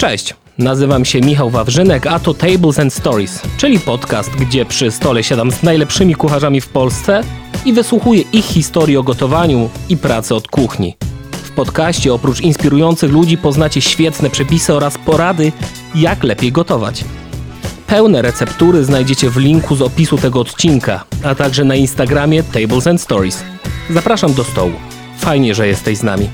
Cześć, nazywam się Michał Wawrzynek, a to Tables and Stories, czyli podcast, gdzie przy stole siadam z najlepszymi kucharzami w Polsce i wysłuchuję ich historii o gotowaniu i pracy od kuchni. W podcaście oprócz inspirujących ludzi poznacie świetne przepisy oraz porady, jak lepiej gotować. Pełne receptury znajdziecie w linku z opisu tego odcinka, a także na Instagramie Tables and Stories. Zapraszam do stołu. Fajnie, że jesteś z nami.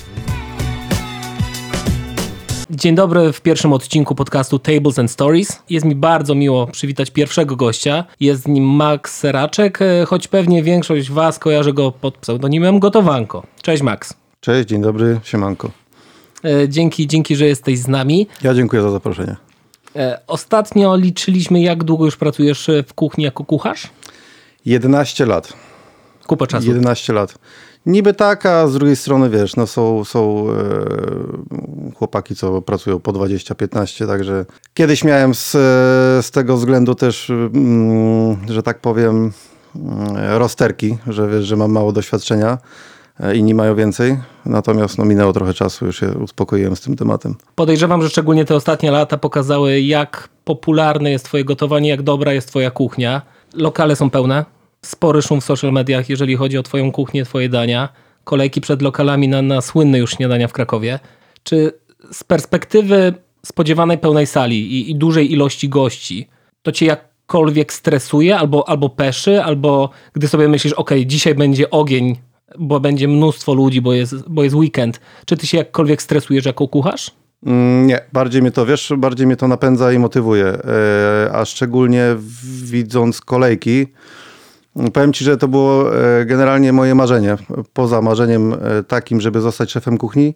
Dzień dobry w pierwszym odcinku podcastu Tables and Stories. Jest mi bardzo miło przywitać pierwszego gościa. Jest nim Max Seraczek, choć pewnie większość was kojarzy go pod pseudonimem Gotowanko. Cześć Max. Cześć, dzień dobry, siemanko. Dzięki, że jesteś z nami. Ja dziękuję za zaproszenie. Ostatnio liczyliśmy, jak długo już pracujesz w kuchni jako kucharz? 11 lat. Kupa czasu. 11 lat. Niby tak, a z drugiej strony wiesz, no są chłopaki, co pracują po 20-15, także kiedyś miałem z tego względu też, że tak powiem, rozterki, że wiesz, że mam mało doświadczenia. Inni mają więcej, natomiast minęło trochę czasu, już się uspokoiłem z tym tematem. Podejrzewam, że szczególnie te ostatnie lata pokazały, jak popularne jest twoje gotowanie, jak dobra jest twoja kuchnia. Lokale są pełne, spory szum w social mediach, jeżeli chodzi o twoją kuchnię, twoje dania. Kolejki przed lokalami na słynne już śniadania w Krakowie. Czy z perspektywy spodziewanej pełnej sali i dużej ilości gości, to cię jakkolwiek stresuje, albo peszy, albo gdy sobie myślisz, dzisiaj będzie ogień, bo będzie mnóstwo ludzi, bo jest weekend. Czy ty się jakkolwiek stresujesz jako kucharz? Nie, bardziej mnie to napędza i motywuje, a szczególnie widząc kolejki. Powiem ci, że to było generalnie moje marzenie, poza marzeniem takim, żeby zostać szefem kuchni.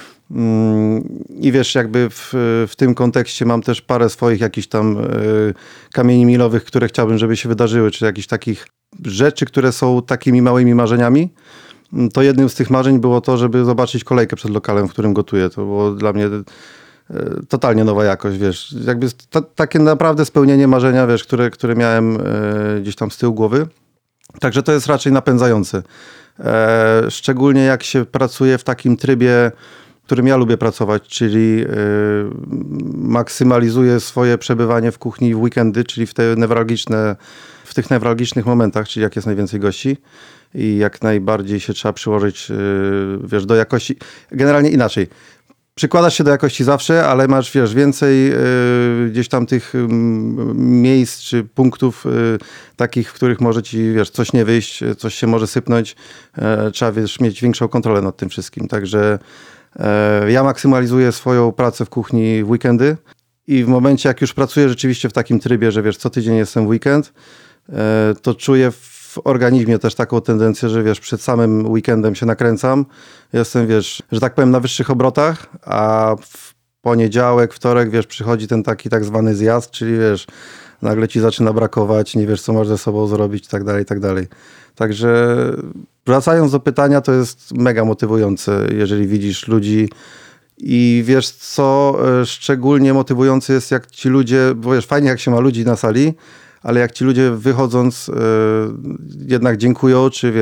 I wiesz, jakby w tym kontekście mam też parę swoich jakichś tam kamieni milowych, które chciałbym, żeby się wydarzyły, czy jakichś takich rzeczy, które są takimi małymi marzeniami. To jednym z tych marzeń było to, żeby zobaczyć kolejkę przed lokalem, w którym gotuję. To było dla mnie totalnie nowa jakość, wiesz. Jakby takie naprawdę spełnienie marzenia, wiesz, które miałem gdzieś tam z tyłu głowy. Także to jest raczej napędzające. Szczególnie jak się pracuje w takim trybie, w którym ja lubię pracować, czyli maksymalizuję swoje przebywanie w kuchni w weekendy, czyli w tych newralgicznych momentach, czyli jak jest najwięcej gości i jak najbardziej się trzeba przyłożyć, wiesz, do jakości. Generalnie inaczej. Przykładasz się do jakości zawsze, ale masz, wiesz, więcej gdzieś tam tych miejsc czy punktów takich, w których może ci, wiesz, coś nie wyjść, coś się może sypnąć. Trzeba, wiesz, mieć większą kontrolę nad tym wszystkim. Także ja maksymalizuję swoją pracę w kuchni w weekendy i w momencie, jak już pracuję rzeczywiście w takim trybie, że wiesz, co tydzień jestem w weekend, to czuję w organizmie też taką tendencję, że wiesz, przed samym weekendem się nakręcam. Jestem, wiesz, że tak powiem, na wyższych obrotach, a w poniedziałek, wtorek, wiesz, przychodzi ten taki tak zwany zjazd, czyli wiesz, nagle ci zaczyna brakować, nie wiesz, co masz ze sobą zrobić i tak dalej, i tak dalej. Także wracając do pytania, to jest mega motywujące, jeżeli widzisz ludzi i wiesz co, szczególnie motywujące jest, jak ci ludzie, bo wiesz, fajnie jak się ma ludzi na sali, ale jak ci ludzie wychodząc jednak dziękują, czy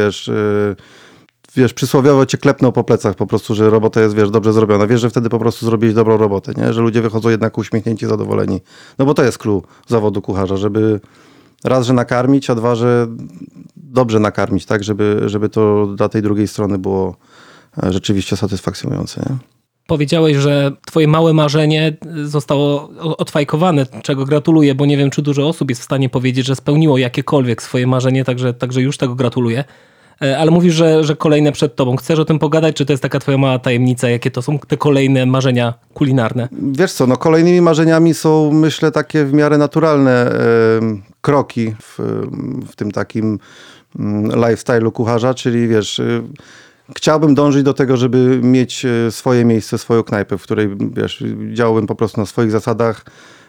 wiesz, przysłowiowo cię klepną po plecach po prostu, że robota jest, wiesz, dobrze zrobiona. Wiesz, że wtedy po prostu zrobiłeś dobrą robotę, nie? Że ludzie wychodzą jednak uśmiechnięci, zadowoleni. No bo to jest clue zawodu kucharza, żeby raz, że nakarmić, a dwa, że dobrze nakarmić, tak? Żeby to dla tej drugiej strony było rzeczywiście satysfakcjonujące, nie? Powiedziałeś, że twoje małe marzenie zostało odfajkowane, czego gratuluję, bo nie wiem, czy dużo osób jest w stanie powiedzieć, że spełniło jakiekolwiek swoje marzenie, także już tego gratuluję. Ale mówisz, że kolejne przed tobą. Chcesz o tym pogadać, czy to jest taka twoja mała tajemnica? Jakie to są te kolejne marzenia kulinarne? Wiesz co, kolejnymi marzeniami są, myślę, takie w miarę naturalne kroki w tym takim lifestyle'u kucharza, czyli wiesz... Chciałbym dążyć do tego, żeby mieć swoje miejsce, swoją knajpę, w której, wiesz, działałbym po prostu na swoich zasadach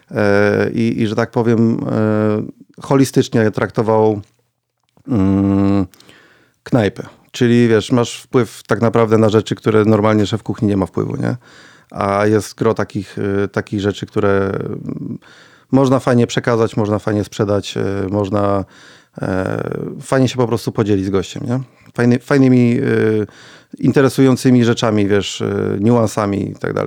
i że tak powiem, holistycznie traktował knajpę. Czyli, wiesz, masz wpływ tak naprawdę na rzeczy, które normalnie szef kuchni nie ma wpływu, nie? A jest gro takich rzeczy, które można fajnie przekazać, można fajnie sprzedać, można fajnie się po prostu podzielić z gościem, nie? Fajnymi, interesującymi rzeczami, wiesz, niuansami i tak dalej.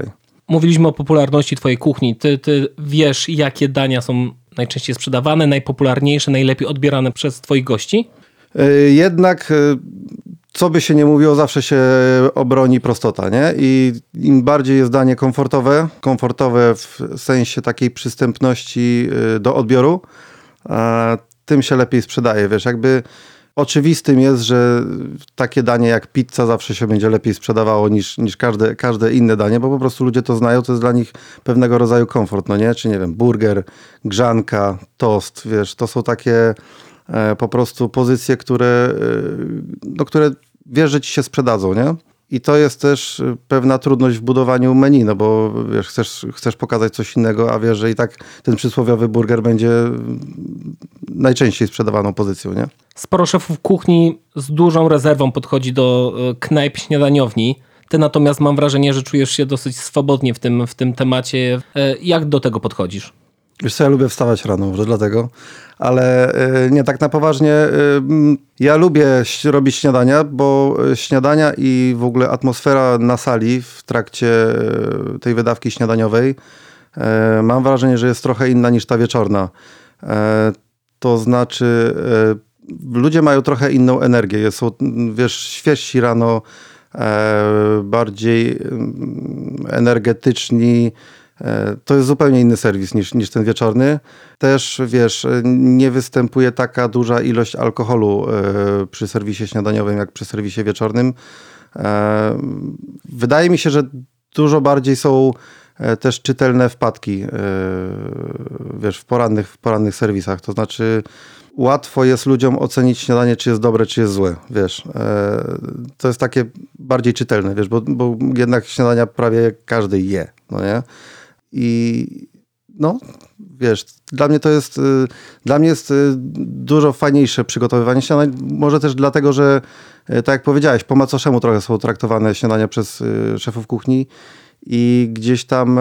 Mówiliśmy o popularności twojej kuchni. Ty wiesz, jakie dania są najczęściej sprzedawane, najpopularniejsze, najlepiej odbierane przez twoich gości? Jednak, co by się nie mówiło, zawsze się obroni prostota, nie? I im bardziej jest danie komfortowe w sensie takiej przystępności do odbioru, tym się lepiej sprzedaje. Wiesz, jakby oczywistym jest, że takie danie jak pizza zawsze się będzie lepiej sprzedawało niż każde inne danie, bo po prostu ludzie to znają, to jest dla nich pewnego rodzaju komfort, no nie? Czy nie wiem, burger, grzanka, tost, wiesz, to są takie po prostu pozycje, które wiesz, że ci się sprzedadzą, nie? I to jest też pewna trudność w budowaniu menu, no bo wiesz, chcesz pokazać coś innego, a wiesz, że i tak ten przysłowiowy burger będzie najczęściej sprzedawaną pozycją, nie? Sporo szefów kuchni z dużą rezerwą podchodzi do knajp śniadaniowni. Ty natomiast mam wrażenie, że czujesz się dosyć swobodnie w tym temacie. Jak do tego podchodzisz? Wiesz co, ja lubię wstawać rano, może dlatego, ale nie, tak na poważnie, ja lubię robić śniadania, bo śniadania i w ogóle atmosfera na sali w trakcie tej wydawki śniadaniowej, mam wrażenie, że jest trochę inna niż ta wieczorna. To znaczy, ludzie mają trochę inną energię, są, wiesz, świeżsi rano, bardziej energetyczni. To jest zupełnie inny serwis niż ten wieczorny. Też, wiesz, nie występuje taka duża ilość alkoholu przy serwisie śniadaniowym jak przy serwisie wieczornym. Wydaje mi się, że dużo bardziej są też czytelne wpadki, wiesz, w porannych serwisach. To znaczy łatwo jest ludziom ocenić śniadanie, czy jest dobre, czy jest złe, wiesz. To jest takie bardziej czytelne, wiesz, bo jednak śniadania prawie każdy je, no nie? I no, wiesz, dla mnie jest dużo fajniejsze przygotowywanie śniadań. Może też dlatego, że tak jak powiedziałeś, po macoszemu trochę są traktowane śniadania przez szefów kuchni i gdzieś tam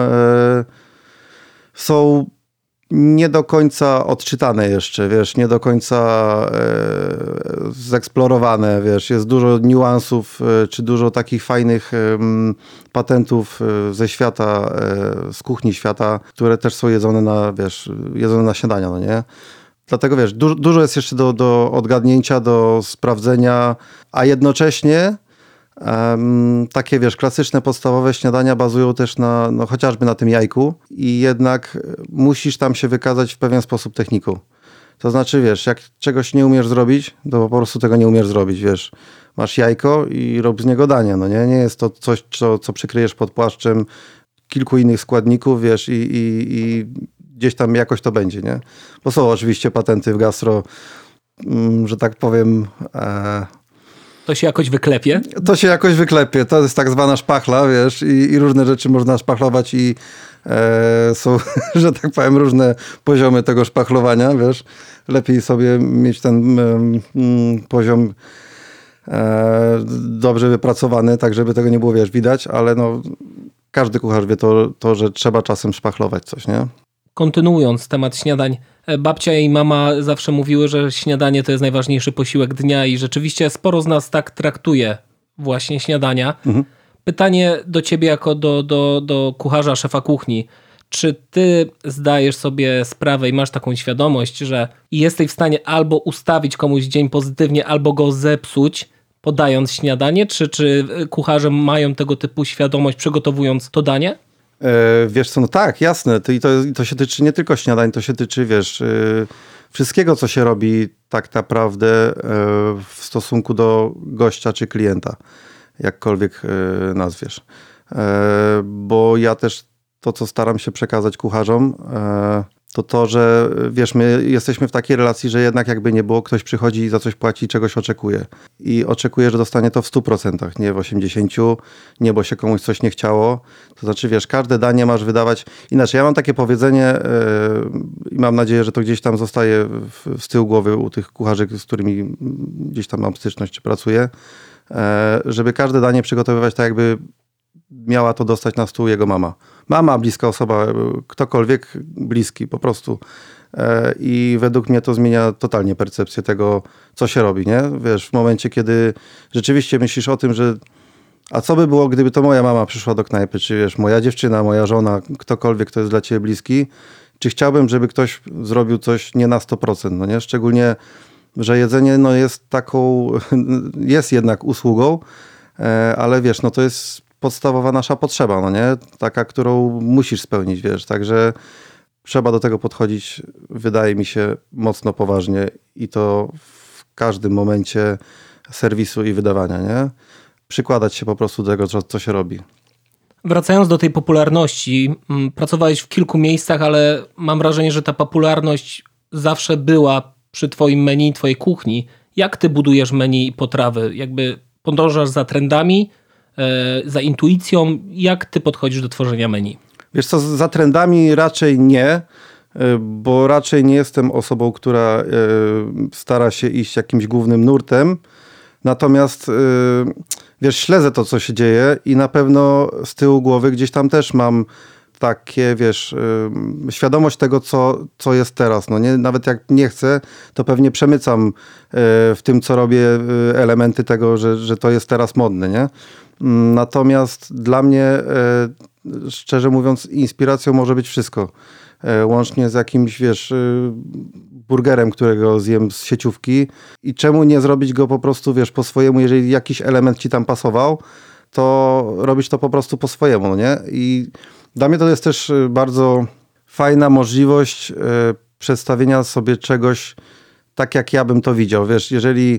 są nie do końca odczytane jeszcze, wiesz, nie do końca zeksplorowane, wiesz, jest dużo niuansów, czy dużo takich fajnych patentów ze świata, z kuchni świata, które też są jedzone na śniadania, no nie? Dlatego, wiesz, dużo jest jeszcze do odgadnięcia, do sprawdzenia, a jednocześnie takie, wiesz, klasyczne, podstawowe śniadania bazują też chociażby na tym jajku i jednak musisz tam się wykazać w pewien sposób techniką. To znaczy, wiesz, jak czegoś nie umiesz zrobić, to po prostu tego nie umiesz zrobić, wiesz. Masz jajko i rób z niego danie, no nie? Nie jest to coś, co przykryjesz pod płaszczem kilku innych składników, wiesz, i gdzieś tam jakoś to będzie, nie? Bo są oczywiście patenty w gastro, że tak powiem... To się jakoś wyklepie? To się jakoś wyklepie. To jest tak zwana szpachla, wiesz, i różne rzeczy można szpachlować i są, że tak powiem, różne poziomy tego szpachlowania, wiesz. Lepiej sobie mieć ten poziom dobrze wypracowany, tak żeby tego nie było, wiesz, widać, ale no każdy kucharz wie to, że trzeba czasem szpachlować coś, nie? Kontynuując temat śniadań, babcia i mama zawsze mówiły, że śniadanie to jest najważniejszy posiłek dnia i rzeczywiście sporo z nas tak traktuje właśnie śniadania. Mhm. Pytanie do ciebie jako do kucharza, szefa kuchni. Czy ty zdajesz sobie sprawę i masz taką świadomość, że jesteś w stanie albo ustawić komuś dzień pozytywnie, albo go zepsuć, podając śniadanie? Czy kucharze mają tego typu świadomość, przygotowując to danie? Wiesz co, no tak, jasne. To się tyczy nie tylko śniadań, to się tyczy, wiesz, wszystkiego, co się robi tak naprawdę w stosunku do gościa czy klienta, jakkolwiek nazwiesz. Bo ja też to, co staram się przekazać kucharzom, to, że wiesz, my jesteśmy w takiej relacji, że jednak jakby nie było, ktoś przychodzi i za coś płaci i czegoś oczekuje. I oczekuje, że dostanie to w 100%, nie w 80%, nie bo się komuś coś nie chciało. To znaczy, wiesz, każde danie masz wydawać inaczej. Ja mam takie powiedzenie i mam nadzieję, że to gdzieś tam zostaje z tyłu głowy u tych kucharzy, z którymi gdzieś tam mam styczność czy pracuję, żeby każde danie przygotowywać tak, jakby miała to dostać na stół jego mama. Mama, bliska osoba, ktokolwiek bliski po prostu. I według mnie to zmienia totalnie percepcję tego, co się robi, nie? Wiesz, w momencie, kiedy rzeczywiście myślisz o tym, że A co by było, gdyby to moja mama przyszła do knajpy, czy wiesz, moja dziewczyna, moja żona, ktokolwiek, kto jest dla ciebie bliski, czy chciałbym, żeby ktoś zrobił coś nie na 100%, no nie? Szczególnie, że jedzenie no jest taką, jest jednak usługą, ale wiesz, no to jest podstawowa nasza potrzeba, no nie? Taka, którą musisz spełnić, wiesz, także trzeba do tego podchodzić, wydaje mi się, mocno poważnie i to w każdym momencie serwisu i wydawania, nie? Przykładać się po prostu do tego, co się robi. Wracając do tej popularności, pracowałeś w kilku miejscach, ale mam wrażenie, że ta popularność zawsze była przy twoim menu, twojej kuchni. Jak ty budujesz menu i potrawy? Jakby podążasz za trendami, za intuicją? Jak ty podchodzisz do tworzenia menu? Wiesz co, za trendami raczej nie, bo raczej nie jestem osobą, która stara się iść jakimś głównym nurtem. Natomiast wiesz, śledzę to, co się dzieje i na pewno z tyłu głowy gdzieś tam też mam takie, wiesz, świadomość tego, co jest teraz. No nie? Nawet jak nie chcę, to pewnie przemycam w tym, co robię, elementy tego, że to jest teraz modne, nie? Natomiast dla mnie, szczerze mówiąc, inspiracją może być wszystko. Łącznie z jakimś, wiesz, burgerem, którego zjem z sieciówki i czemu nie zrobić go po prostu, wiesz, po swojemu, jeżeli jakiś element ci tam pasował, to robić to po prostu po swojemu, nie? I dla mnie to jest też bardzo fajna możliwość przedstawienia sobie czegoś tak, jak ja bym to widział. Wiesz, jeżeli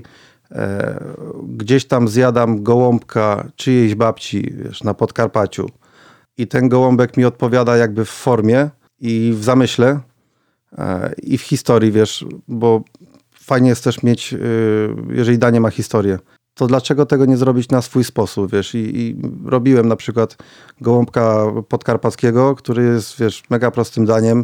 gdzieś tam zjadam gołąbka czyjejś babci, wiesz, na Podkarpaciu i ten gołąbek mi odpowiada jakby w formie i w zamyśle i w historii, wiesz, bo fajnie jest też mieć, jeżeli danie ma historię, to dlaczego tego nie zrobić na swój sposób, wiesz, i robiłem na przykład gołąbka podkarpackiego, który jest, wiesz, mega prostym daniem.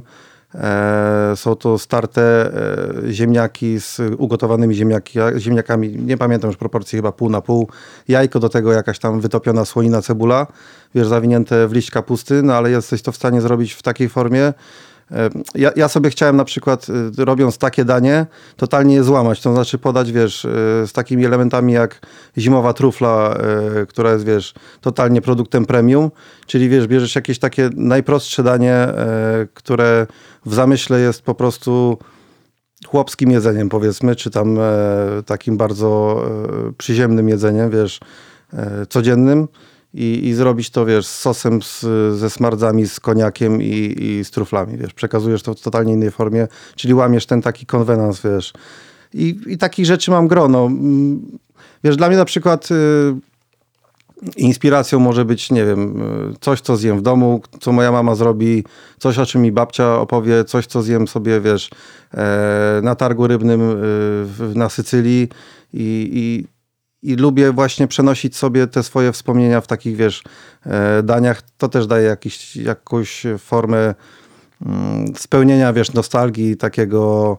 Są to starte ziemniaki z ugotowanymi ziemniakami, nie pamiętam już proporcji, chyba pół na pół, jajko, do tego jakaś tam wytopiona słonina, cebula, wiesz, zawinięte w liść kapusty, no ale jesteś to w stanie zrobić w takiej formie. Ja sobie chciałem na przykład, robiąc takie danie, totalnie je złamać, to znaczy podać, wiesz, z takimi elementami jak zimowa trufla, która jest, wiesz, totalnie produktem premium, czyli, wiesz, bierzesz jakieś takie najprostsze danie, które w zamyśle jest po prostu chłopskim jedzeniem, powiedzmy, czy tam takim bardzo przyziemnym jedzeniem, wiesz, codziennym. I zrobić to, wiesz, z sosem, ze smardzami, z koniakiem i z truflami, wiesz. Przekazujesz to w totalnie innej formie, czyli łamiesz ten taki konwenans, wiesz. I takich rzeczy mam grono. Wiesz, dla mnie na przykład inspiracją może być, nie wiem, coś, co zjem w domu, co moja mama zrobi, coś, o czym mi babcia opowie, coś, co zjem sobie, wiesz, na targu rybnym na Sycylii i lubię właśnie przenosić sobie te swoje wspomnienia w takich, wiesz, daniach. To też daje jakąś formę spełnienia, wiesz, nostalgii, takiego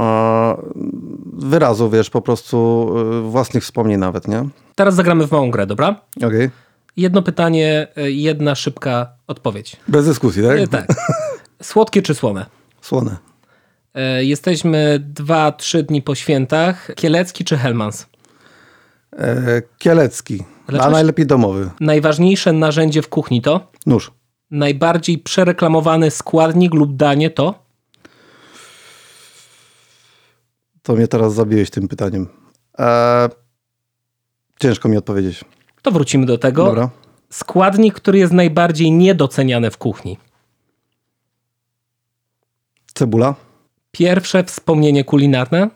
wyrazu, wiesz, po prostu własnych wspomnień nawet, nie? Teraz zagramy w małą grę, dobra? Okej. Jedno pytanie, jedna szybka odpowiedź. Bez dyskusji, tak? Tak. Słodkie czy słone? Słone. Jesteśmy 2-3 dni po świętach. Kielecki czy Hellmann's? Kielecki, a najlepiej domowy. Najważniejsze narzędzie w kuchni to? Nóż. Najbardziej przereklamowany składnik lub danie to? To mnie teraz zabiłeś tym pytaniem. Ciężko mi odpowiedzieć. To wrócimy do tego. Dobra. Składnik, który jest najbardziej niedoceniany w kuchni? Cebula. Pierwsze wspomnienie kulinarne?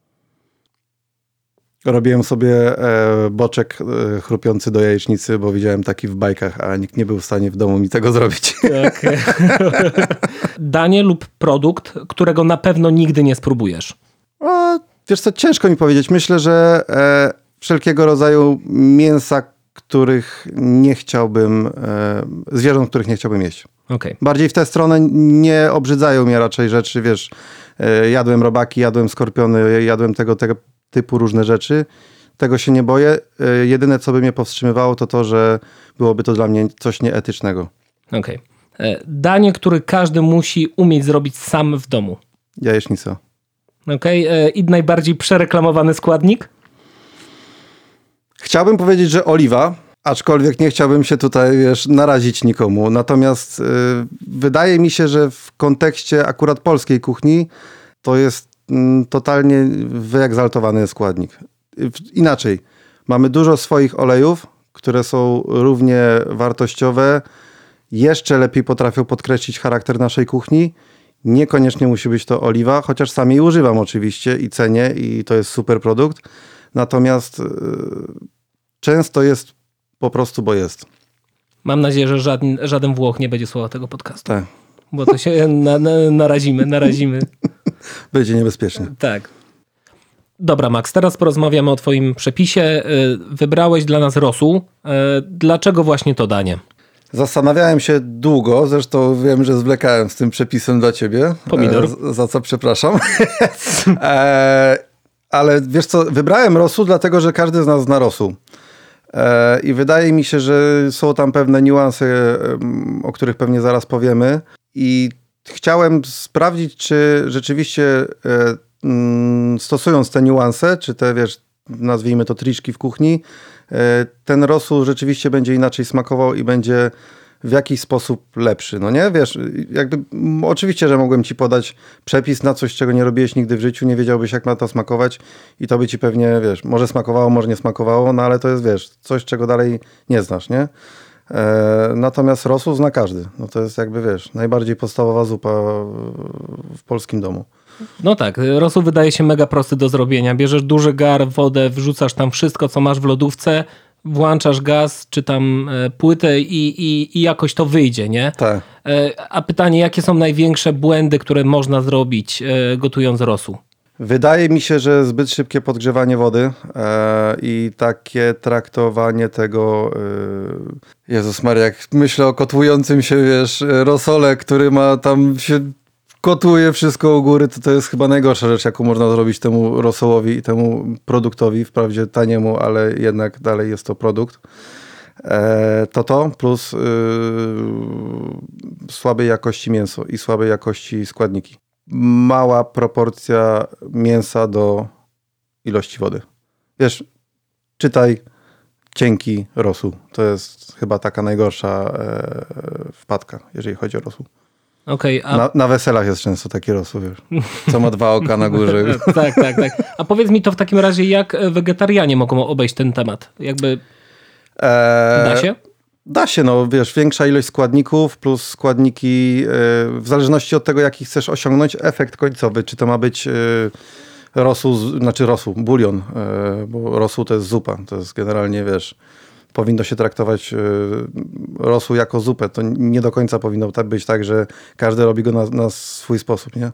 Robiłem sobie boczek chrupiący do jajecznicy, bo widziałem taki w bajkach, a nikt nie był w stanie w domu mi tego zrobić. Okay. Danie lub produkt, którego na pewno nigdy nie spróbujesz? Wiesz co, ciężko mi powiedzieć. Myślę, że wszelkiego rodzaju mięsa, których nie chciałbym, zwierząt, których nie chciałbym jeść. Okay. Bardziej w tę stronę nie obrzydzają mnie raczej rzeczy, wiesz, jadłem robaki, jadłem skorpiony, jadłem tego typu różne rzeczy. Tego się nie boję. Jedyne, co by mnie powstrzymywało, to to, że byłoby to dla mnie coś nieetycznego. Okej. Danie, które każdy musi umieć zrobić sam w domu. Jajecznica. Okej. I najbardziej przereklamowany składnik? Chciałbym powiedzieć, że oliwa, Aczkolwiek nie chciałbym się tutaj, narazić nikomu. Natomiast wydaje mi się, że w kontekście akurat polskiej kuchni to jest totalnie wyegzaltowany składnik. Inaczej, mamy dużo swoich olejów, które są równie wartościowe, jeszcze lepiej potrafią podkreślić charakter naszej kuchni. Niekoniecznie musi być to oliwa, chociaż sam jej używam oczywiście i cenię i to jest super produkt. Natomiast często jest po prostu, bo jest. Mam nadzieję, że żaden Włoch nie będzie słuchał tego podcastu. Tak. Bo to się narazimy. Będzie niebezpiecznie. Tak. Dobra, Max, teraz porozmawiamy o twoim przepisie. Wybrałeś dla nas rosół. Dlaczego właśnie to danie? Zastanawiałem się długo, zresztą wiem, że zwlekałem z tym przepisem dla ciebie. Pomidor. Za co przepraszam. Ale wiesz co, wybrałem rosół, dlatego że każdy z nas zna rosół. I wydaje mi się, że są tam pewne niuanse, o których pewnie zaraz powiemy. I chciałem sprawdzić, czy rzeczywiście stosując te niuanse, czy te, nazwijmy to triczki w kuchni, ten rosół rzeczywiście będzie inaczej smakował i będzie w jakiś sposób lepszy. No nie? Oczywiście, że mogłem ci podać przepis na coś, czego nie robiłeś nigdy w życiu, nie wiedziałbyś, jak ma to smakować i to by ci pewnie, może smakowało, może nie smakowało, no ale to jest, coś, czego dalej nie znasz, nie? Natomiast rosół zna każdy. No to jest najbardziej podstawowa zupa w polskim domu. No tak, rosół wydaje się mega prosty do zrobienia. Bierzesz duży gar, wodę, wrzucasz tam wszystko, co masz w lodówce, włączasz gaz, czy tam płytę i jakoś to wyjdzie, nie? Tak. A pytanie, jakie są największe błędy, które można zrobić gotując rosół? Wydaje mi się, że zbyt szybkie podgrzewanie wody i takie traktowanie tego... Jezus Maria, jak myślę o kotłującym się, rosole, który ma tam się... Kotuje wszystko u góry, to jest chyba najgorsza rzecz, jaką można zrobić temu rosołowi i temu produktowi, wprawdzie taniemu, ale jednak dalej jest to produkt. To plus słabej jakości mięso i słabej jakości składniki. Mała proporcja mięsa do ilości wody. Czytaj cienki rosół. To jest chyba taka najgorsza wpadka, jeżeli chodzi o rosół. Okay, na weselach jest często taki rosół, co ma 2 oka na górze. Tak. A powiedz mi to w takim razie, jak wegetarianie mogą obejść ten temat? Da się? Da się, większa ilość składników plus składniki, w zależności od tego, jaki chcesz osiągnąć efekt końcowy. Czy to ma być bulion, bo rosół to jest zupa. To jest generalnie, powinno się traktować rosół jako zupę. To nie do końca powinno być tak, że każdy robi go na swój sposób, nie?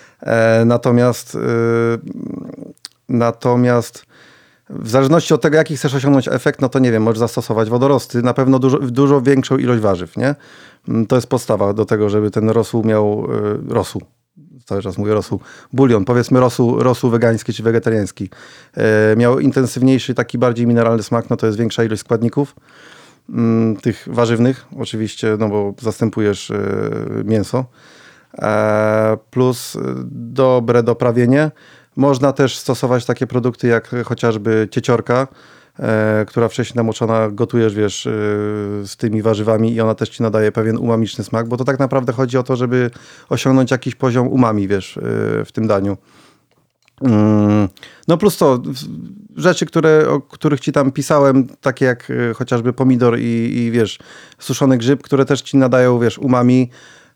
Natomiast w zależności od tego, jaki chcesz osiągnąć efekt, no to nie wiem, możesz zastosować wodorosty, na pewno dużo większą ilość warzyw, nie? To jest podstawa do tego, żeby ten rosół miał cały czas mówię rosół, bulion, powiedzmy rosół wegański czy wegetariański, miał intensywniejszy, taki bardziej mineralny smak, no to jest większa ilość składników, tych warzywnych oczywiście, no bo zastępujesz mięso, plus dobre doprawienie. Można też stosować takie produkty jak chociażby cieciorka, która wcześniej namoczona, gotujesz, z tymi warzywami i ona też ci nadaje pewien umamiczny smak, bo to tak naprawdę chodzi o to, żeby osiągnąć jakiś poziom umami, w tym daniu. No plus to, rzeczy, o których ci tam pisałem, takie jak chociażby pomidor i suszony grzyb, które też ci nadają, umami.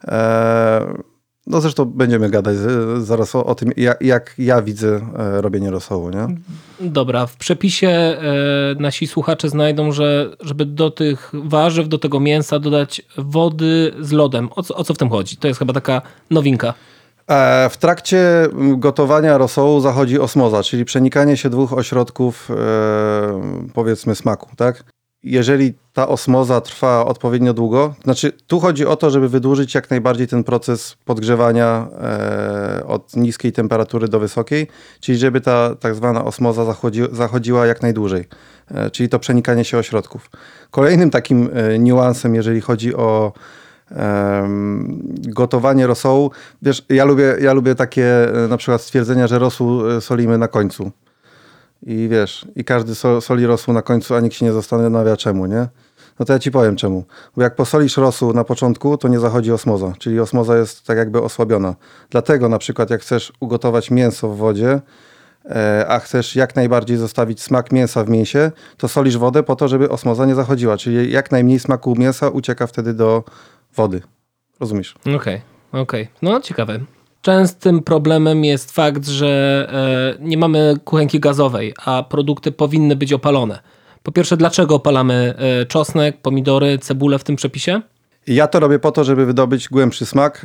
No zresztą będziemy gadać zaraz o tym, jak ja widzę robienie rosołu, nie? Dobra, w przepisie nasi słuchacze znajdą, że żeby do tych warzyw, do tego mięsa dodać wody z lodem. O co w tym chodzi? To jest chyba taka nowinka. W trakcie gotowania rosołu zachodzi osmoza, czyli przenikanie się 2 ośrodków, powiedzmy, smaku, tak? Jeżeli ta osmoza trwa odpowiednio długo, znaczy tu chodzi o to, żeby wydłużyć jak najbardziej ten proces podgrzewania od niskiej temperatury do wysokiej, czyli żeby ta tak zwana osmoza zachodziła jak najdłużej, czyli to przenikanie się ośrodków. Kolejnym takim niuansem, jeżeli chodzi o gotowanie rosołu, ja lubię takie na przykład stwierdzenia, że rosół solimy na końcu. i wiesz, i każdy soli rosół na końcu, a nikt się nie zastanawia czemu, nie? No to ja ci powiem czemu. Bo jak posolisz rosół na początku, to nie zachodzi osmoza, czyli osmoza jest tak jakby osłabiona. Dlatego na przykład jak chcesz ugotować mięso w wodzie, a chcesz jak najbardziej zostawić smak mięsa w mięsie, to solisz wodę po to, żeby osmoza nie zachodziła, czyli jak najmniej smaku mięsa ucieka wtedy do wody. Rozumiesz? Okej. No ciekawe. Częstym problemem jest fakt, że nie mamy kuchenki gazowej, a produkty powinny być opalone. Po pierwsze, dlaczego opalamy czosnek, pomidory, cebulę w tym przepisie? Ja to robię po to, żeby wydobyć głębszy smak.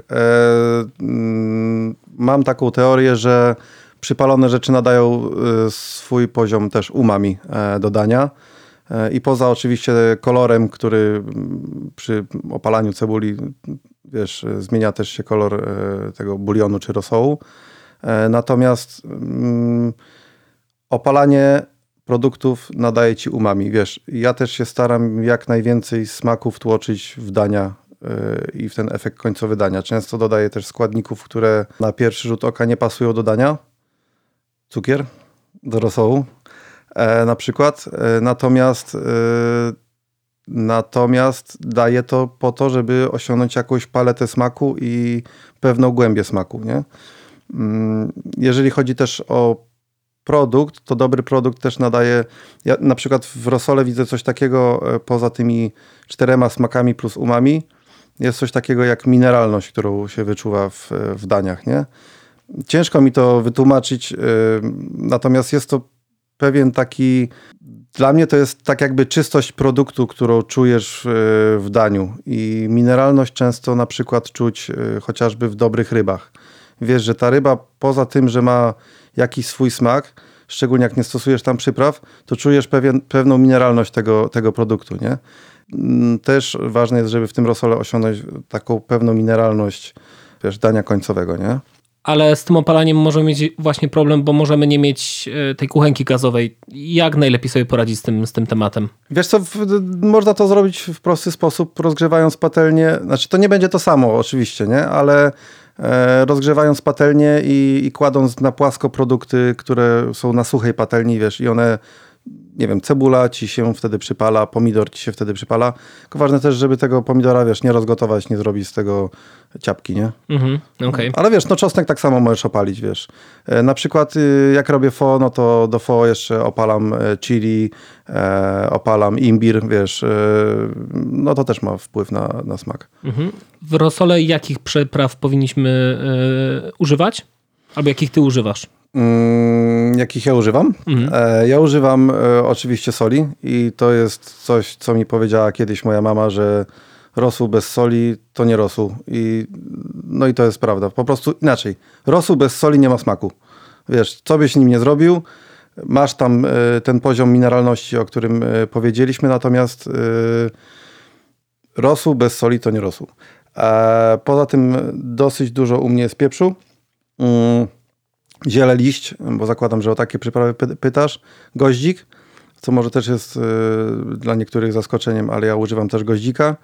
Mam taką teorię, że przypalone rzeczy nadają swój poziom też umami do dania. I poza oczywiście kolorem, który przy opalaniu cebuli, wiesz, zmienia też się kolor tego bulionu czy rosołu. Natomiast opalanie produktów nadaje ci umami, wiesz. Ja też się staram jak najwięcej smaku wtłoczyć w dania i w ten efekt końcowy dania. Często dodaję też składników, które na pierwszy rzut oka nie pasują do dania. Cukier do rosołu na przykład. Natomiast daję to po to, żeby osiągnąć jakąś paletę smaku i pewną głębię smaku, nie? Jeżeli chodzi też o produkt, to dobry produkt też nadaje... Ja na przykład w rosole widzę coś takiego, poza tymi 4 smakami plus umami, jest coś takiego jak mineralność, którą się wyczuwa w daniach, nie? Ciężko mi to wytłumaczyć, natomiast jest to pewien taki... Dla mnie to jest tak jakby czystość produktu, którą czujesz w daniu. I mineralność często na przykład czuć chociażby w dobrych rybach. Wiesz, że ta ryba poza tym, że ma jakiś swój smak, szczególnie jak nie stosujesz tam przypraw, to czujesz pewną mineralność tego produktu, nie? Też ważne jest, żeby w tym rosole osiągnąć taką pewną mineralność, wiesz, dania końcowego, nie? Ale z tym opalaniem możemy mieć właśnie problem, bo możemy nie mieć tej kuchenki gazowej. Jak najlepiej sobie poradzić z tym tematem? Wiesz co, można to zrobić w prosty sposób, rozgrzewając patelnię. Znaczy to nie będzie to samo oczywiście, nie? Ale rozgrzewając patelnię i kładąc na płasko produkty, które są na suchej patelni, wiesz, i one, nie wiem, cebula ci się wtedy przypala, pomidor ci się wtedy przypala. Tylko ważne też, żeby tego pomidora, wiesz, nie rozgotować, nie zrobić z tego ciapki, nie? Okej. Ale wiesz, no czosnek tak samo możesz opalić, wiesz. Na przykład jak robię pho, no to do pho jeszcze opalam chili, opalam imbir, wiesz. No to też ma wpływ na smak. W rosole jakich przypraw powinniśmy używać? Albo jakich ty używasz? Jakich ja używam? Ja używam oczywiście soli i to jest coś, co mi powiedziała kiedyś moja mama, że rosół bez soli to nie rosół. No i to jest prawda. Po prostu inaczej. Rosół bez soli nie ma smaku. Wiesz, co byś nim nie zrobił, masz tam ten poziom mineralności, o którym powiedzieliśmy, natomiast rosół bez soli to nie rosół. Poza tym dosyć dużo u mnie jest pieprzu. Ziele liść, bo zakładam, że o takie przyprawy pytasz. Goździk, co może też jest dla niektórych zaskoczeniem, ale ja używam też goździka.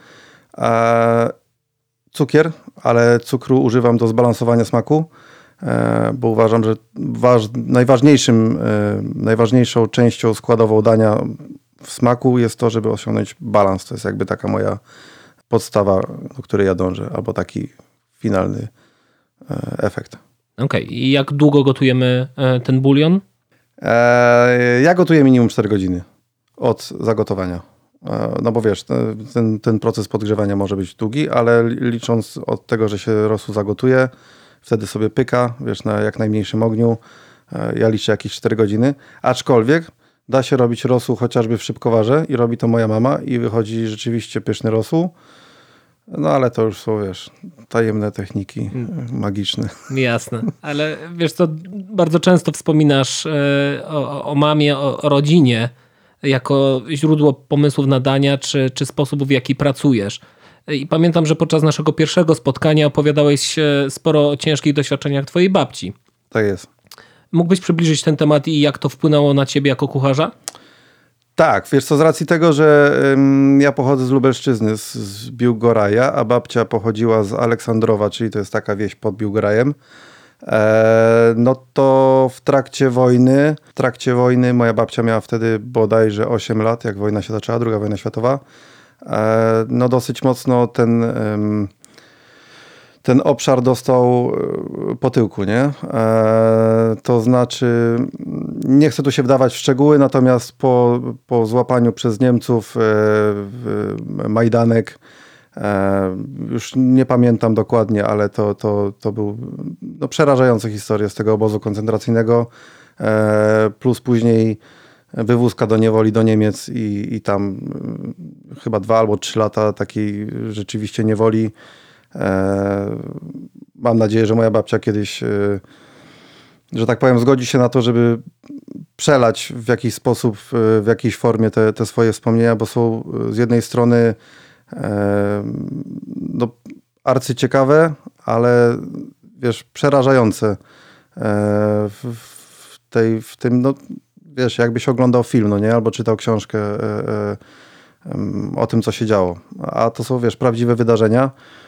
Cukier, ale cukru używam do zbalansowania smaku, bo uważam, że najważniejszą częścią składową dania w smaku jest to, żeby osiągnąć balans. To jest jakby taka moja podstawa, do której ja dążę, albo taki finalny efekt. Okej. I jak długo gotujemy ten bulion? Ja gotuję minimum 4 godziny od zagotowania. No bo wiesz, ten proces podgrzewania może być długi, ale licząc od tego, że się rosół zagotuje, wtedy sobie pyka, wiesz, na jak najmniejszym ogniu. Ja liczę jakieś 4 godziny. Aczkolwiek da się robić rosół chociażby w szybkowarze i robi to moja mama i wychodzi rzeczywiście pyszny rosół. No ale to już są, wiesz, tajemne techniki magiczne. Jasne, ale wiesz co, bardzo często wspominasz o mamie, o rodzinie jako źródło pomysłów na dania, czy sposobów, w jaki pracujesz. I pamiętam, że podczas naszego pierwszego spotkania opowiadałeś sporo o ciężkich doświadczeniach twojej babci. Tak jest. Mógłbyś przybliżyć ten temat i jak to wpłynęło na ciebie jako kucharza? Tak, wiesz co, z racji tego, że ja pochodzę z Lubelszczyzny, z Biłgoraja, a babcia pochodziła z Aleksandrowa, czyli to jest taka wieś pod Biłgorajem, No to w trakcie wojny moja babcia miała wtedy bodajże 8 lat, jak wojna się zaczęła, II wojna światowa. No dosyć mocno ten obszar dostał po tyłku, nie? To znaczy, nie chcę tu się wdawać w szczegóły, natomiast po złapaniu przez Niemców Majdanek, już nie pamiętam dokładnie, ale to był no, przerażająca historia z tego obozu koncentracyjnego, plus później wywózka do niewoli do Niemiec i tam chyba 2 albo 3 lata takiej rzeczywiście niewoli. Mam nadzieję, że moja babcia kiedyś, że tak powiem, zgodzi się na to, żeby przelać w jakiś sposób, w jakiejś formie te swoje wspomnienia, bo są z jednej strony no, arcyciekawe, ale wiesz, przerażające w tym, no wiesz, jakbyś oglądał film, no nie? Albo czytał książkę o tym, co się działo. A to są, wiesz, prawdziwe wydarzenia.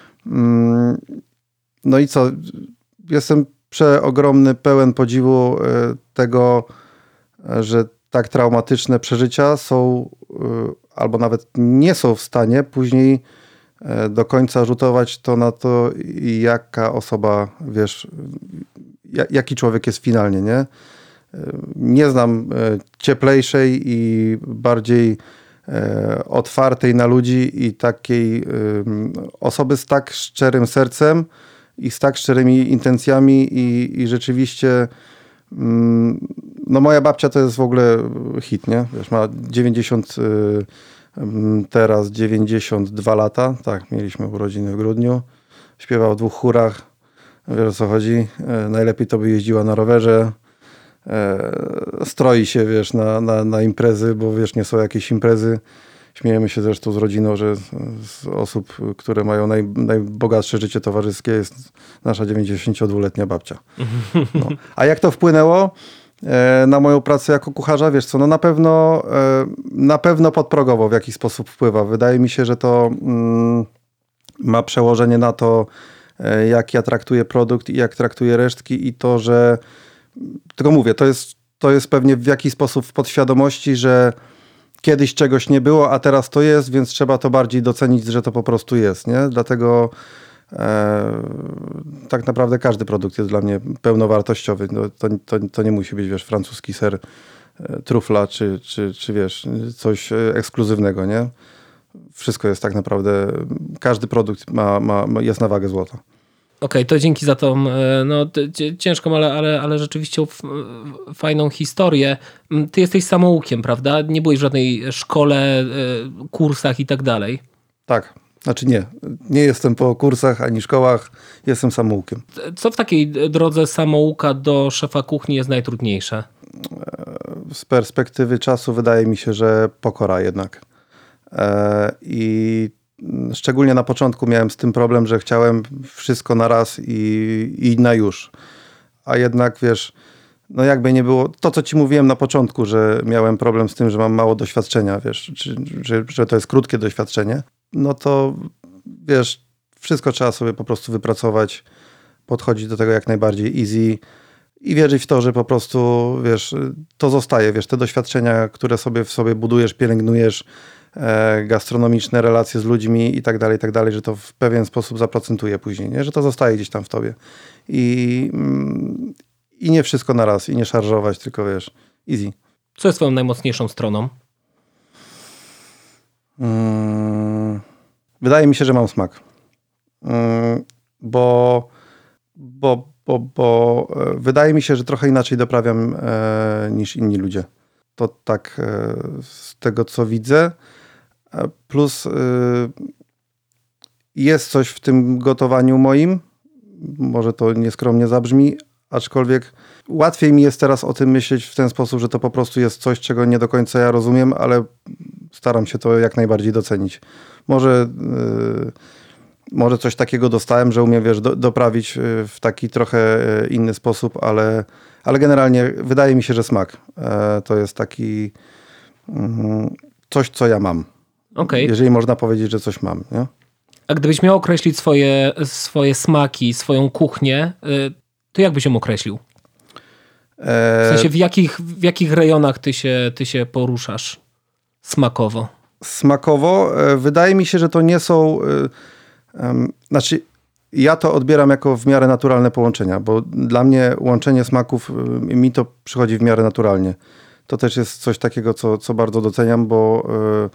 No i co? Jestem przeogromny, pełen podziwu tego, że tak traumatyczne przeżycia są, albo nawet nie są w stanie później do końca rzutować to na to, jaka osoba, wiesz, jaki człowiek jest finalnie, nie? Nie znam cieplejszej i bardziej otwartej na ludzi i takiej osoby z tak szczerym sercem i z tak szczerymi intencjami i rzeczywiście no moja babcia to jest w ogóle hit, nie? Wiesz, ma 92 lata. Tak, mieliśmy urodziny w grudniu. Śpiewał w 2 chórach. Wiesz, o co chodzi. Najlepiej to by jeździła na rowerze. Stroi się, wiesz, na imprezy, bo wiesz, nie są jakieś imprezy. Śmiejemy się zresztą z rodziną, że z osób, które mają najbogatsze życie towarzyskie, jest nasza 92-letnia babcia. No. A jak to wpłynęło na moją pracę jako kucharza? Wiesz co, no na pewno podprogowo w jakiś sposób wpływa. Wydaje mi się, że to ma przełożenie na to, jak ja traktuję produkt i jak traktuję resztki i to, że tylko mówię, to jest pewnie w jakiś sposób w podświadomości, że kiedyś czegoś nie było, a teraz to jest, więc trzeba to bardziej docenić, że to po prostu jest, nie? Dlatego tak naprawdę każdy produkt jest dla mnie pełnowartościowy. No, to nie musi być, wiesz, francuski ser trufla, czy wiesz, coś ekskluzywnego, nie? Wszystko jest tak naprawdę, każdy produkt jest na wagę złota. Okej, to dzięki za tą no, ciężką, ale rzeczywiście fajną historię. Ty jesteś samoukiem, prawda? Nie byłeś w żadnej szkole, kursach i tak dalej. Tak, znaczy nie jestem po kursach ani szkołach, jestem samoukiem. Co w takiej drodze samouka do szefa kuchni jest najtrudniejsze? Z perspektywy czasu wydaje mi się, że pokora jednak. I szczególnie na początku miałem z tym problem, że chciałem wszystko na raz i na już. A jednak, wiesz, no jakby nie było, to co ci mówiłem na początku, że miałem problem z tym, że mam mało doświadczenia, wiesz, że to jest krótkie doświadczenie, no to wiesz, wszystko trzeba sobie po prostu wypracować, podchodzić do tego jak najbardziej easy i wierzyć w to, że po prostu, wiesz, to zostaje, wiesz, te doświadczenia, które sobie w sobie budujesz, pielęgnujesz, gastronomiczne relacje z ludźmi i tak dalej, że to w pewien sposób zaprocentuje później, nie? Że to zostaje gdzieś tam w tobie. I nie wszystko na raz, i nie szarżować, tylko wiesz, easy. Co jest twoją najmocniejszą stroną? Wydaje mi się, że mam smak. Bo wydaje mi się, że trochę inaczej doprawiam niż inni ludzie. To tak z tego, co widzę. Plus jest coś w tym gotowaniu moim. Może to nieskromnie zabrzmi, aczkolwiek łatwiej mi jest teraz o tym myśleć w ten sposób, że to po prostu jest coś, czego nie do końca ja rozumiem, ale staram się to jak najbardziej docenić. Może coś takiego dostałem, że umiem, wiesz, doprawić w taki trochę inny sposób, ale generalnie wydaje mi się, że smak to jest taki coś, co ja mam. Okay. Jeżeli można powiedzieć, że coś mam, nie? A gdybyś miał określić swoje smaki, swoją kuchnię, to jak byś ją określił? W sensie w jakich rejonach ty się poruszasz smakowo? Smakowo wydaje mi się, że to nie są... Znaczy, ja to odbieram jako w miarę naturalne połączenia, bo dla mnie łączenie smaków, mi to przychodzi w miarę naturalnie. To też jest coś takiego, co bardzo doceniam, bo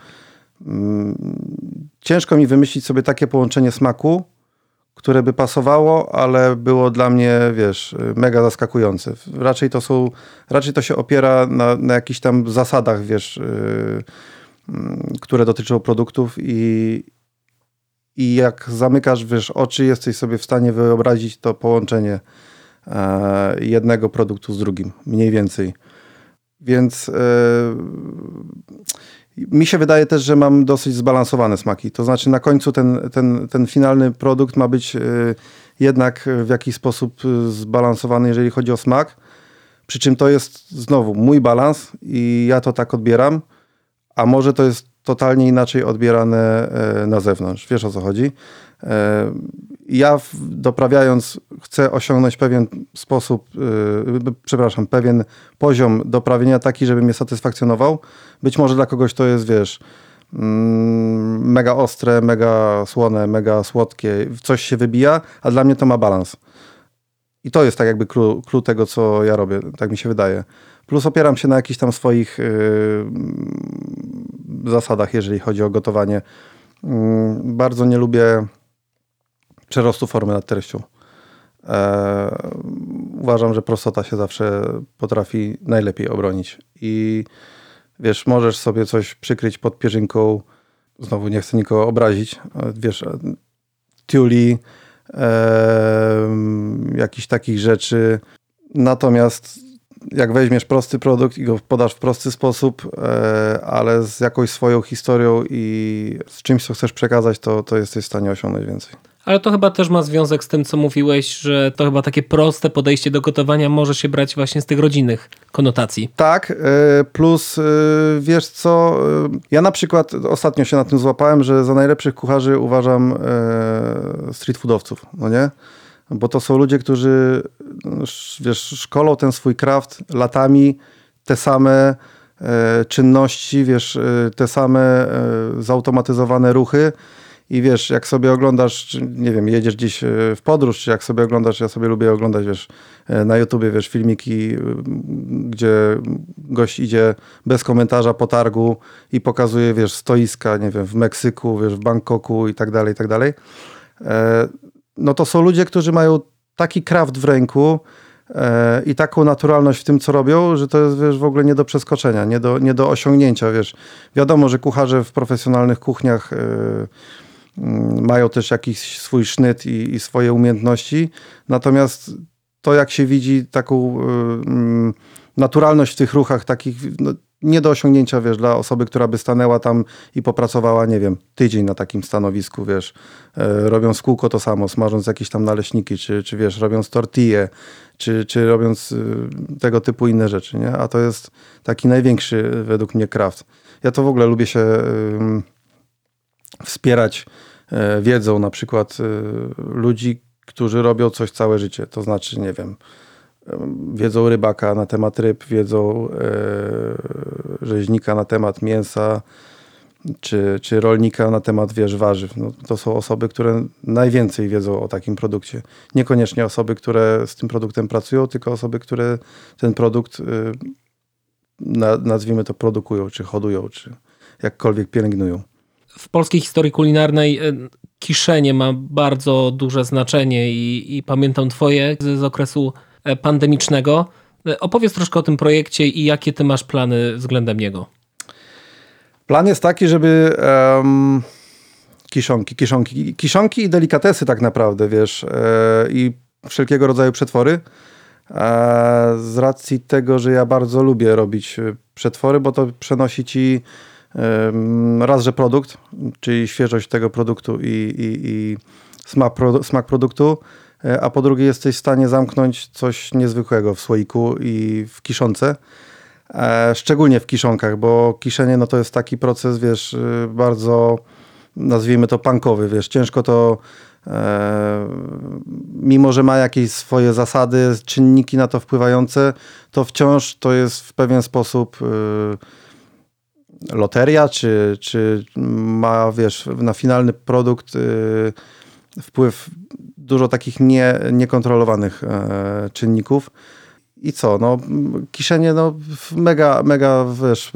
ciężko mi wymyślić sobie takie połączenie smaku, które by pasowało, ale było dla mnie, wiesz, mega zaskakujące. Raczej to się opiera na jakichś tam zasadach, wiesz, które dotyczą produktów i jak zamykasz, wiesz, oczy, jesteś sobie w stanie wyobrazić to połączenie jednego produktu z drugim, mniej więcej. Więc mi się wydaje też, że mam dosyć zbalansowane smaki. To znaczy na końcu ten finalny produkt ma być jednak w jakiś sposób zbalansowany, jeżeli chodzi o smak. Przy czym to jest znowu mój balans i ja to tak odbieram, a może to jest totalnie inaczej odbierane na zewnątrz. Wiesz, o co chodzi? Ja doprawiając chcę osiągnąć pewien sposób, pewien poziom doprawienia taki, żeby mnie satysfakcjonował. Być może dla kogoś to jest, wiesz, mega ostre, mega słone, mega słodkie. Coś się wybija, a dla mnie to ma balans. I to jest tak jakby clue tego, co ja robię. Tak mi się wydaje. Plus opieram się na jakichś tam swoich zasadach, jeżeli chodzi o gotowanie. Bardzo nie lubię przerostu formy nad treścią. Uważam, że prostota się zawsze potrafi najlepiej obronić. I wiesz, możesz sobie coś przykryć pod pierzynką. Znowu nie chcę nikogo obrazić. Wiesz, tiuli, jakichś takich rzeczy. Natomiast jak weźmiesz prosty produkt i go podasz w prosty sposób, ale z jakąś swoją historią i z czymś, co chcesz przekazać, to jesteś w stanie osiągnąć więcej. Ale to chyba też ma związek z tym, co mówiłeś, że to chyba takie proste podejście do gotowania może się brać właśnie z tych rodzinnych konotacji. Tak, plus wiesz co, ja na przykład ostatnio się na tym złapałem, że za najlepszych kucharzy uważam street foodowców, no nie? Bo to są ludzie, którzy, wiesz, szkolą ten swój craft latami, te same czynności, wiesz, te same zautomatyzowane ruchy. I wiesz, jak sobie oglądasz, czy, nie wiem, jedziesz gdzieś w podróż, czy jak sobie oglądasz, ja sobie lubię oglądać, wiesz, na YouTubie, wiesz, filmiki, gdzie gość idzie bez komentarza po targu i pokazuje, wiesz, stoiska, nie wiem, w Meksyku, wiesz, w Bangkoku i tak dalej, i tak dalej. No to są ludzie, którzy mają taki craft w ręku i taką naturalność w tym, co robią, że to jest, wiesz, w ogóle nie do przeskoczenia, nie do osiągnięcia, wiesz. Wiadomo, że kucharze w profesjonalnych kuchniach mają też jakiś swój sznyt i swoje umiejętności, natomiast to, jak się widzi taką naturalność w tych ruchach takich, no, nie do osiągnięcia, wiesz, dla osoby, która by stanęła tam i popracowała, nie wiem, tydzień na takim stanowisku, wiesz, robiąc w kółko to samo, smażąc jakieś tam naleśniki, czy wiesz, robiąc tortille, czy robiąc tego typu inne rzeczy, nie? A to jest taki największy według mnie craft. Ja to w ogóle lubię się wspierać wiedzą na przykład ludzi, którzy robią coś całe życie. To znaczy, nie wiem, wiedzą rybaka na temat ryb, wiedzą rzeźnika na temat mięsa, czy rolnika na temat, wiesz, warzyw. No, to są osoby, które najwięcej wiedzą o takim produkcie. Niekoniecznie osoby, które z tym produktem pracują, tylko osoby, które ten produkt, nazwijmy to, produkują, czy hodują, czy jakkolwiek pielęgnują. W polskiej historii kulinarnej kiszenie ma bardzo duże znaczenie i pamiętam twoje z okresu pandemicznego. Opowiedz troszkę o tym projekcie i jakie ty masz plany względem niego. Plan jest taki, żeby kiszonki i delikatesy tak naprawdę, wiesz, i wszelkiego rodzaju przetwory. Z racji tego, że ja bardzo lubię robić przetwory, bo to przenosi ci raz, że produkt, czyli świeżość tego produktu i smak produktu, a po drugie jesteś w stanie zamknąć coś niezwykłego w słoiku i w kiszonce. Szczególnie w kiszonkach, bo kiszenie no to jest taki proces, wiesz, bardzo, nazwijmy to punkowy, wiesz, ciężko to mimo że ma jakieś swoje zasady, czynniki na to wpływające, to wciąż to jest w pewien sposób loteria, czy ma, wiesz, na finalny produkt wpływ dużo takich niekontrolowanych czynników. I co? No, kiszenie, no, mega, wiesz,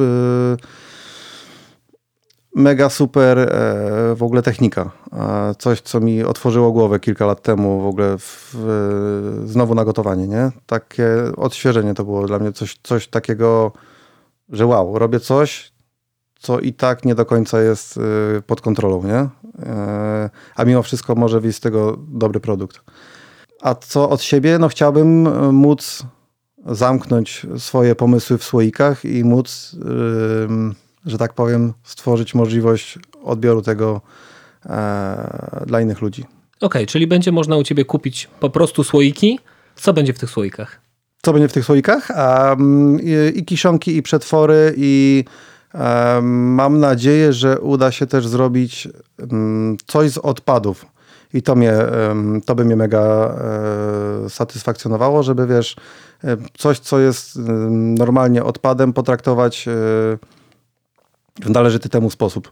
mega super w ogóle technika. Coś, co mi otworzyło głowę kilka lat temu w ogóle znowu na gotowanie, nie? Takie odświeżenie to było dla mnie coś takiego, że wow, robię coś, co i tak nie do końca jest pod kontrolą, nie? A mimo wszystko może wyjść z tego dobry produkt. A co od siebie? No chciałbym móc zamknąć swoje pomysły w słoikach i móc, że tak powiem, stworzyć możliwość odbioru tego dla innych ludzi. Okej, czyli będzie można u ciebie kupić po prostu słoiki. Co będzie w tych słoikach? Co będzie w tych słoikach? I kiszonki, i przetwory, i mam nadzieję, że uda się też zrobić coś z odpadów. I to by mnie mega satysfakcjonowało, żeby, wiesz, coś, co jest normalnie odpadem, potraktować w należyty temu sposób.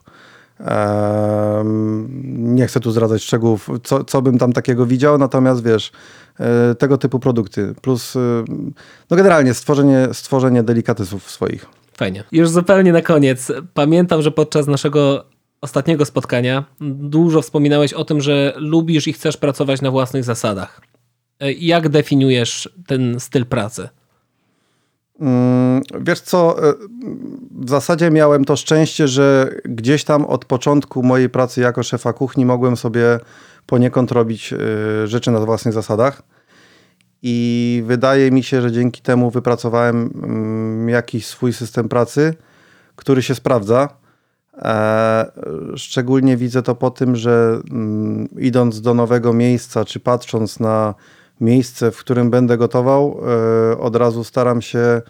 Nie chcę tu zdradzać szczegółów, co bym tam takiego widział, natomiast wiesz, tego typu produkty. Plus, no generalnie stworzenie delikatesów swoich. Fajnie. Już zupełnie na koniec. Pamiętam, że podczas naszego ostatniego spotkania dużo wspominałeś o tym, że lubisz i chcesz pracować na własnych zasadach. Jak definiujesz ten styl pracy? Wiesz co, w zasadzie miałem to szczęście, że gdzieś tam od początku mojej pracy jako szefa kuchni mogłem sobie poniekąd robić rzeczy na własnych zasadach i wydaje mi się, że dzięki temu wypracowałem jakiś swój system pracy, który się sprawdza. Szczególnie widzę to po tym, że idąc do nowego miejsca, czy patrząc na miejsce, w którym będę gotował, od razu staram się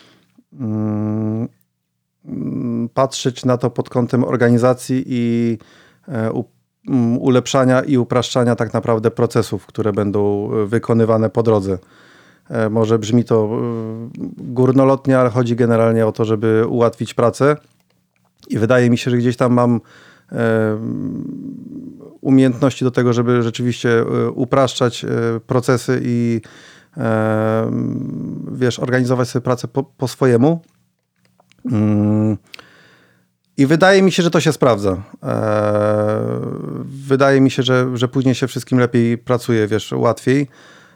patrzeć na to pod kątem organizacji i ulepszania i upraszczania tak naprawdę procesów, które będą wykonywane po drodze. Może brzmi to górnolotnie, ale chodzi generalnie o to, żeby ułatwić pracę i wydaje mi się, że gdzieś tam mam umiejętności do tego, żeby rzeczywiście upraszczać procesy i wiesz, organizować sobie pracę po swojemu. I wydaje mi się, że to się sprawdza. Wydaje mi się, że później się wszystkim lepiej pracuje, wiesz, łatwiej.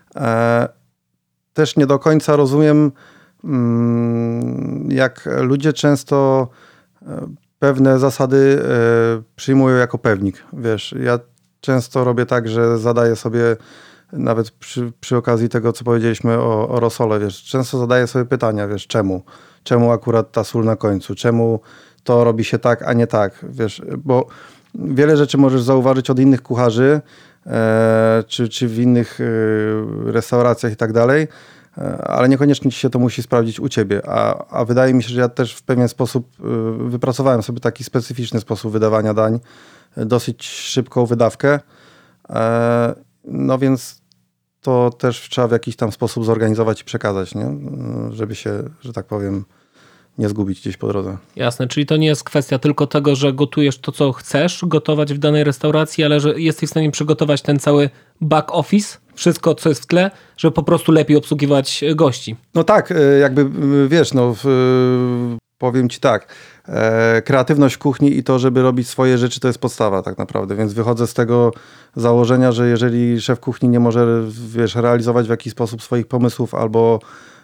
Też nie do końca rozumiem, jak ludzie często pewne zasady przyjmują jako pewnik. Wiesz, ja często robię tak, że zadaję sobie, nawet przy okazji tego, co powiedzieliśmy o rosole, wiesz, często zadaję sobie pytania, wiesz, czemu? Czemu akurat ta sól na końcu? Czemu to robi się tak, a nie tak? Wiesz, bo wiele rzeczy możesz zauważyć od innych kucharzy, czy w innych restauracjach i tak dalej, ale niekoniecznie ci się to musi sprawdzić u ciebie. A wydaje mi się, że ja też w pewien sposób wypracowałem sobie taki specyficzny sposób wydawania dań, dosyć szybką wydawkę. No więc to też trzeba w jakiś tam sposób zorganizować i przekazać, nie? Żeby się, że tak powiem, nie zgubić gdzieś po drodze. Jasne, czyli to nie jest kwestia tylko tego, że gotujesz to, co chcesz gotować w danej restauracji, ale że jesteś w stanie przygotować ten cały back office, wszystko, co jest w tle, żeby po prostu lepiej obsługiwać gości. No tak, jakby wiesz, no powiem ci tak, kreatywność w kuchni i to, żeby robić swoje rzeczy, to jest podstawa tak naprawdę, więc wychodzę z tego założenia, że jeżeli szef kuchni nie może, wiesz, realizować w jakiś sposób swoich pomysłów albo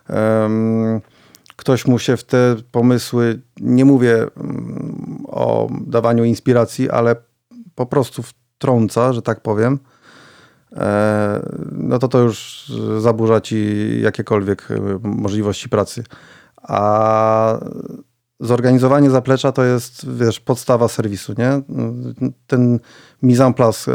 ktoś mu się w te pomysły, nie mówię o dawaniu inspiracji, ale po prostu wtrąca, że tak powiem, no to już zaburza ci jakiekolwiek możliwości pracy. A zorganizowanie zaplecza to jest, wiesz, podstawa serwisu, nie? Ten mise en place,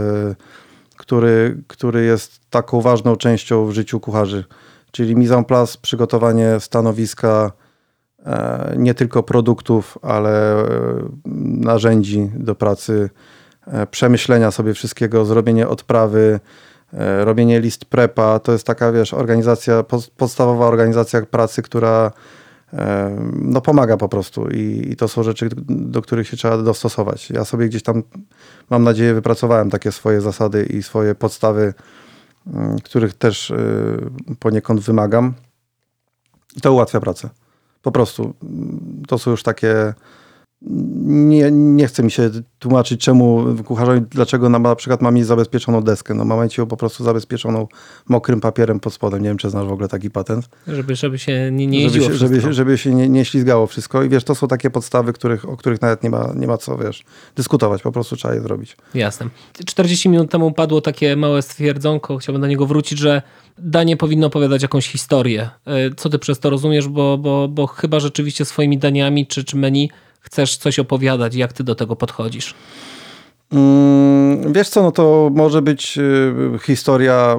który jest taką ważną częścią w życiu kucharzy. Czyli mise en place, przygotowanie stanowiska, nie tylko produktów, ale narzędzi do pracy, przemyślenia sobie wszystkiego, zrobienie odprawy, robienie list prepa, to jest taka, wiesz, organizacja, podstawowa organizacja pracy, która no pomaga po prostu i to są rzeczy, do których się trzeba dostosować. Ja sobie gdzieś tam, mam nadzieję, wypracowałem takie swoje zasady i swoje podstawy, których też poniekąd wymagam. I to ułatwia pracę. Po prostu. To są już takie... Nie chce mi się tłumaczyć, czemu kucharzowi, dlaczego na przykład ma mieć zabezpieczoną deskę. No ma mieć ją po prostu zabezpieczoną mokrym papierem pod spodem. Nie wiem, czy znasz w ogóle taki patent. Żeby się nie jeździło żeby się nie ślizgało wszystko. I wiesz, to są takie podstawy, o których nawet nie ma co, wiesz, dyskutować. Po prostu trzeba je zrobić. Jasne. 40 minut temu padło takie małe stwierdzonko, chciałbym do niego wrócić, że danie powinno opowiadać jakąś historię. Co ty przez to rozumiesz? Bo chyba rzeczywiście swoimi daniami czy menu chcesz coś opowiadać. Jak ty do tego podchodzisz? Wiesz co, no to może być historia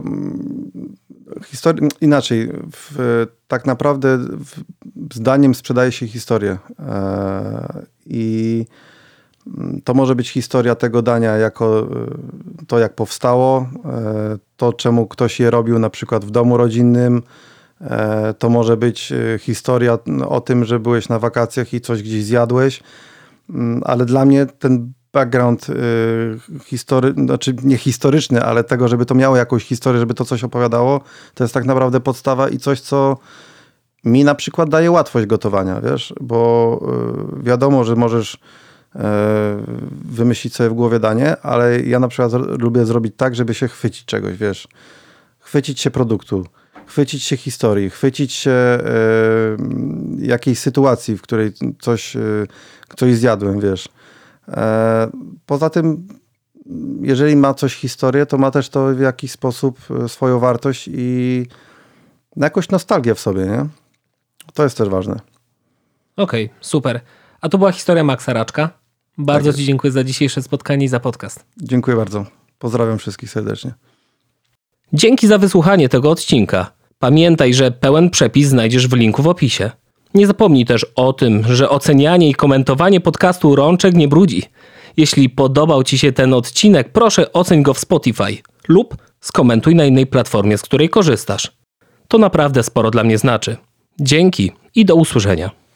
inaczej. Tak naprawdę zdaniem sprzedaje się historię. I to może być historia tego dania jako to, jak powstało, to, czemu ktoś je robił na przykład w domu rodzinnym. To może być historia o tym, że byłeś na wakacjach i coś gdzieś zjadłeś, ale dla mnie ten background znaczy nie historyczny, ale tego, żeby to miało jakąś historię, żeby to coś opowiadało, to jest tak naprawdę podstawa i coś, co mi na przykład daje łatwość gotowania, wiesz, bo wiadomo, że możesz wymyślić sobie w głowie danie, ale ja na przykład lubię zrobić tak, żeby się chwycić czegoś, wiesz, chwycić się produktu, chwycić się historii, chwycić się jakiejś sytuacji, w której coś zjadłem, wiesz. Poza tym, jeżeli ma coś historię, to ma też to w jakiś sposób swoją wartość i jakąś nostalgię w sobie, nie? To jest też ważne. Okej, super. A to była historia Maxa Raczka. Bardzo ci dziękuję za dzisiejsze spotkanie i za podcast. Dziękuję bardzo. Pozdrawiam wszystkich serdecznie. Dzięki za wysłuchanie tego odcinka. Pamiętaj, że pełen przepis znajdziesz w linku w opisie. Nie zapomnij też o tym, że ocenianie i komentowanie podcastu Rączek nie brudzi. Jeśli podobał ci się ten odcinek, proszę oceń go w Spotify lub skomentuj na innej platformie, z której korzystasz. To naprawdę sporo dla mnie znaczy. Dzięki i do usłyszenia.